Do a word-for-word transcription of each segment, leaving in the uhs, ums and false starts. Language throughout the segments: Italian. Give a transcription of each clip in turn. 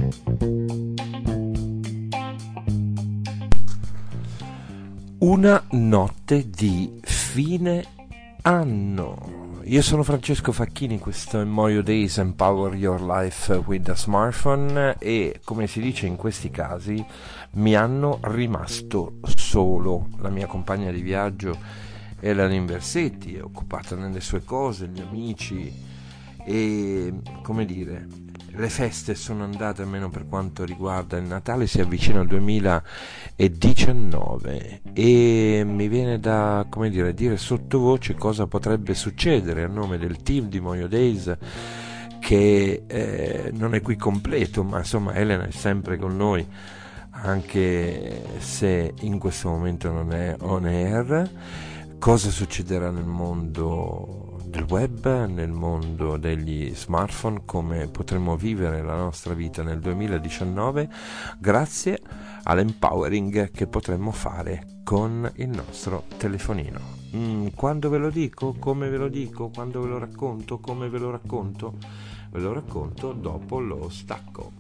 Una notte di fine anno. Io sono Francesco Facchini, questo è Mojo Days Empower Your Life with a Smartphone e, come si dice in questi casi, mi hanno rimasto solo. La mia compagna di viaggio Elena Versetti è occupata nelle sue cose, gli amici e, come dire, le feste sono andate, almeno per quanto riguarda il Natale, si avvicina al duemiladiciannove e mi viene da, come dire, dire sottovoce cosa potrebbe succedere a nome del team di Mojo Days, che eh, non è qui completo, ma insomma Elena è sempre con noi, anche se in questo momento non è on air. Cosa succederà nel mondo del web, nel mondo degli smartphone, come potremo vivere la nostra vita nel duemiladiciannove grazie all'empowering che potremmo fare con il nostro telefonino. Mm, quando ve lo dico, come ve lo dico, quando ve lo racconto, come ve lo racconto, ve lo racconto dopo lo stacco.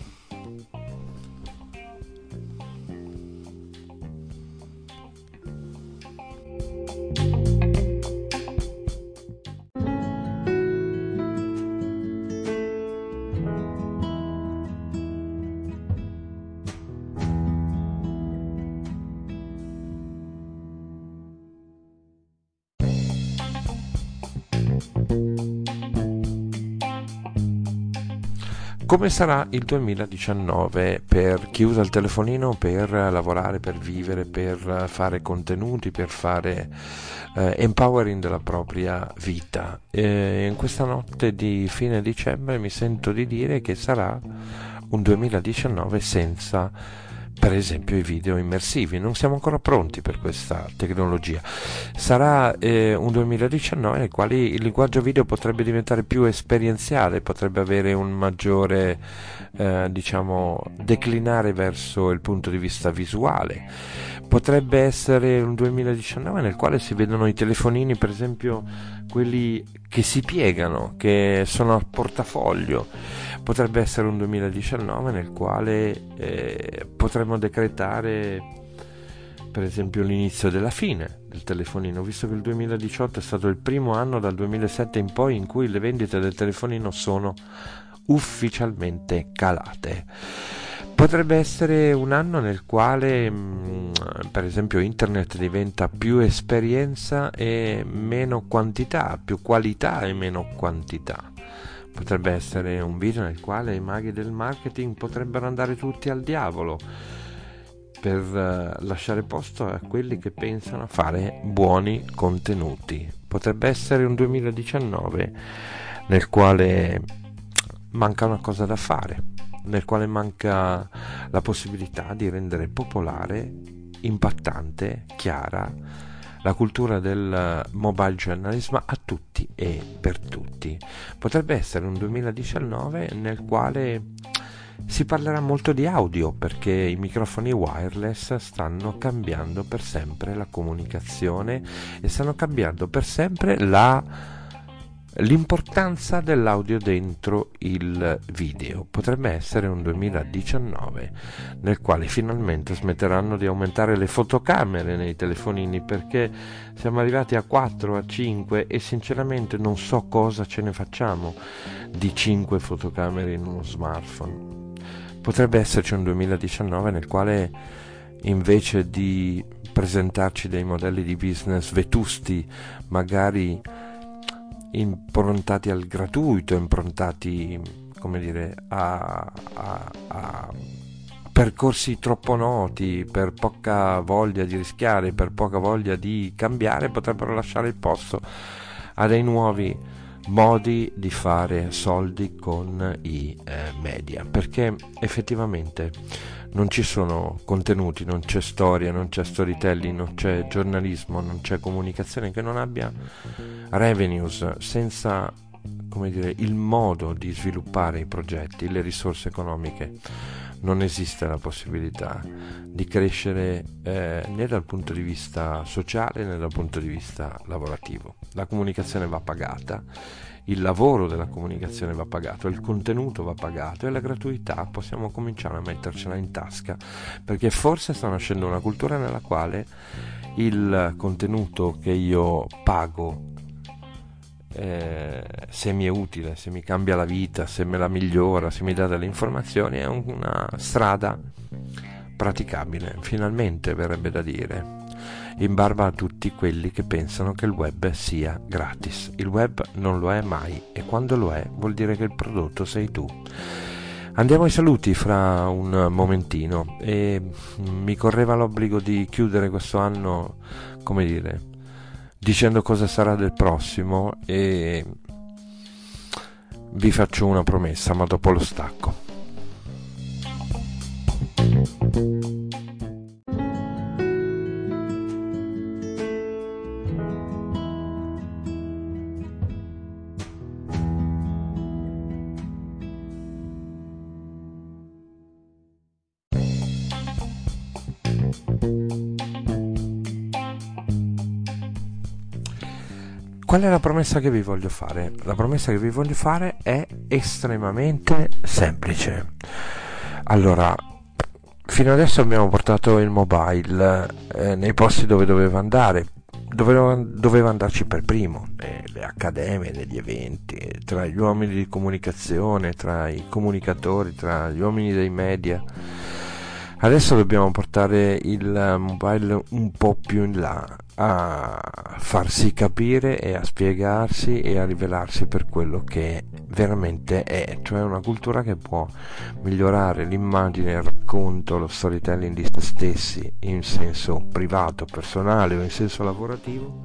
Come sarà il duemiladiciannove per chi usa il telefonino per lavorare, per vivere, per fare contenuti, per fare eh, empowering della propria vita? Eh, in questa notte di fine dicembre mi sento di dire che sarà un duemiladiciannove senza, per esempio, i video immersivi. Non siamo ancora pronti per questa tecnologia. Sarà eh, un duemiladiciannove nel quale il linguaggio video potrebbe diventare più esperienziale, potrebbe avere un maggiore, eh, diciamo, declinare verso il punto di vista visuale. Potrebbe essere un duemiladiciannove nel quale si vedono i telefonini, per esempio quelli che si piegano, che sono a portafoglio. Potrebbe essere un duemiladiciannove nel quale eh, potremmo decretare, per esempio, l'inizio della fine del telefonino, visto che il duemiladiciotto è stato il primo anno dal duemilasette in poi in cui le vendite del telefonino sono ufficialmente calate. Potrebbe essere un anno nel quale, mh, per esempio, internet diventa più esperienza e meno quantità, più qualità e meno quantità. Potrebbe essere un video nel quale i maghi del marketing potrebbero andare tutti al diavolo per uh, lasciare posto a quelli che pensano a fare buoni contenuti. Potrebbe essere un duemiladiciannove nel quale manca una cosa da fare, nel quale manca la possibilità di rendere popolare, impattante, chiara la cultura del mobile journalism a tutti e per tutti. Potrebbe essere un duemiladiciannove nel quale si parlerà molto di audio, perché i microfoni wireless stanno cambiando per sempre la comunicazione e stanno cambiando per sempre la l'importanza dell'audio dentro il video. Potrebbe essere un duemiladiciannove nel quale finalmente smetteranno di aumentare le fotocamere nei telefonini, perché siamo arrivati a quattro, a cinque e sinceramente non so cosa ce ne facciamo di cinque fotocamere in uno smartphone. Potrebbe esserci un duemiladiciannove nel quale, invece di presentarci dei modelli di business vetusti, magari improntati al gratuito, improntati, come dire, a, a, a percorsi troppo noti, per poca voglia di rischiare, per poca voglia di cambiare, potrebbero lasciare il posto a dei nuovi modi di fare soldi con i eh, media, perché effettivamente non ci sono contenuti, non c'è storia, non c'è storytelling, non c'è giornalismo, non c'è comunicazione che non abbia revenues, senza, come dire, il modo di sviluppare i progetti, le risorse economiche non esiste la possibilità di crescere eh, né dal punto di vista sociale né dal punto di vista lavorativo. La comunicazione va pagata, il lavoro della comunicazione va pagato, il contenuto va pagato, e la gratuità possiamo cominciare a mettercela in tasca, perché forse sta nascendo una cultura nella quale il contenuto che io pago, Eh, se mi è utile, se mi cambia la vita, se me la migliora, se mi dà delle informazioni, è una strada praticabile, finalmente, verrebbe da dire, in barba a tutti quelli che pensano che il web sia gratis. Il web non lo è mai, e quando lo è vuol dire che il prodotto sei tu. Andiamo ai saluti fra un momentino, e mi correva l'obbligo di chiudere questo anno, come dire, dicendo cosa sarà del prossimo, e vi faccio una promessa, ma dopo lo stacco. Qual è la promessa che vi voglio fare? La promessa che vi voglio fare è estremamente semplice. Allora, fino adesso abbiamo portato il mobile eh, nei posti dove doveva andare, doveva, doveva andarci per primo, nelle accademie, negli eventi, tra gli uomini di comunicazione, tra i comunicatori, tra gli uomini dei media. Adesso dobbiamo portare il mobile un po' più in là, a farsi capire e a spiegarsi e a rivelarsi per quello che veramente è, cioè una cultura che può migliorare l'immagine, il racconto, lo storytelling di se stessi in senso privato, personale o in senso lavorativo,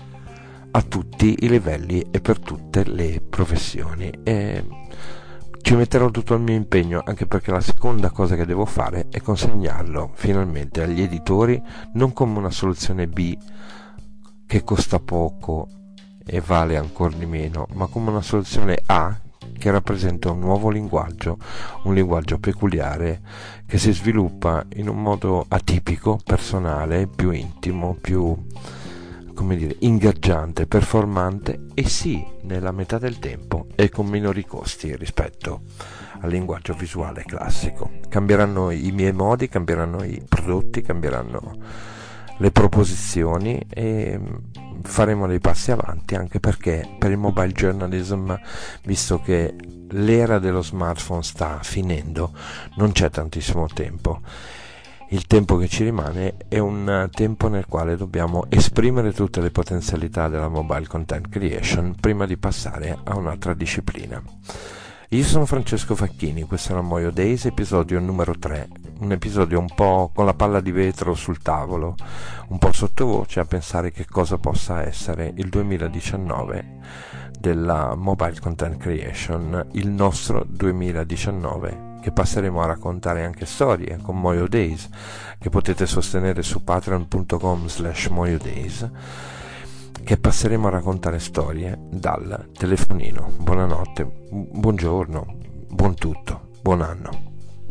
a tutti i livelli e per tutte le professioni. E ci metterò tutto il mio impegno, anche perché la seconda cosa che devo fare è consegnarlo finalmente agli editori, non come una soluzione B che costa poco e vale ancora di meno, ma come una soluzione A che rappresenta un nuovo linguaggio, un linguaggio peculiare che si sviluppa in un modo atipico, personale, più intimo, più, come dire, ingaggiante, performante, e sì, nella metà del tempo e con minori costi rispetto al linguaggio visuale classico. Cambieranno i miei modi, cambieranno i prodotti, cambieranno le proposizioni, e faremo dei passi avanti, anche perché per il mobile journalism, visto che l'era dello smartphone sta finendo, non c'è tantissimo tempo. Il tempo che ci rimane è un tempo nel quale dobbiamo esprimere tutte le potenzialità della mobile content creation prima di passare a un'altra disciplina. Io sono Francesco Facchini, questo era Moio Days, episodio numero tre, un episodio un po' con la palla di vetro sul tavolo, un po' sottovoce, a pensare che cosa possa essere il duemiladiciannove della mobile content creation, il nostro duemiladiciannove, che passeremo a raccontare anche storie con Moio Days, che potete sostenere su patreon punto com slash moio days, che passeremo a raccontare storie dal telefonino. Buonanotte, buongiorno, buon tutto, buon anno.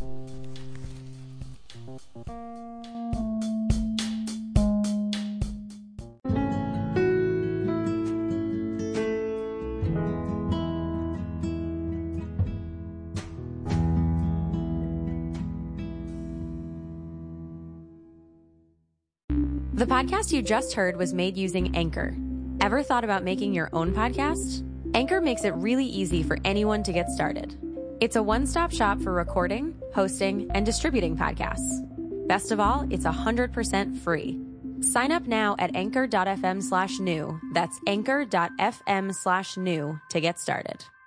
The podcast you just heard was made using Anchor. Ever thought about making your own podcast? Anchor makes it really easy for anyone to get started. It's a one-stop shop for recording, hosting, and distributing podcasts. Best of all, it's one hundred percent free. Sign up now at anchor.fm slash new. That's anchor.fm slash new to get started.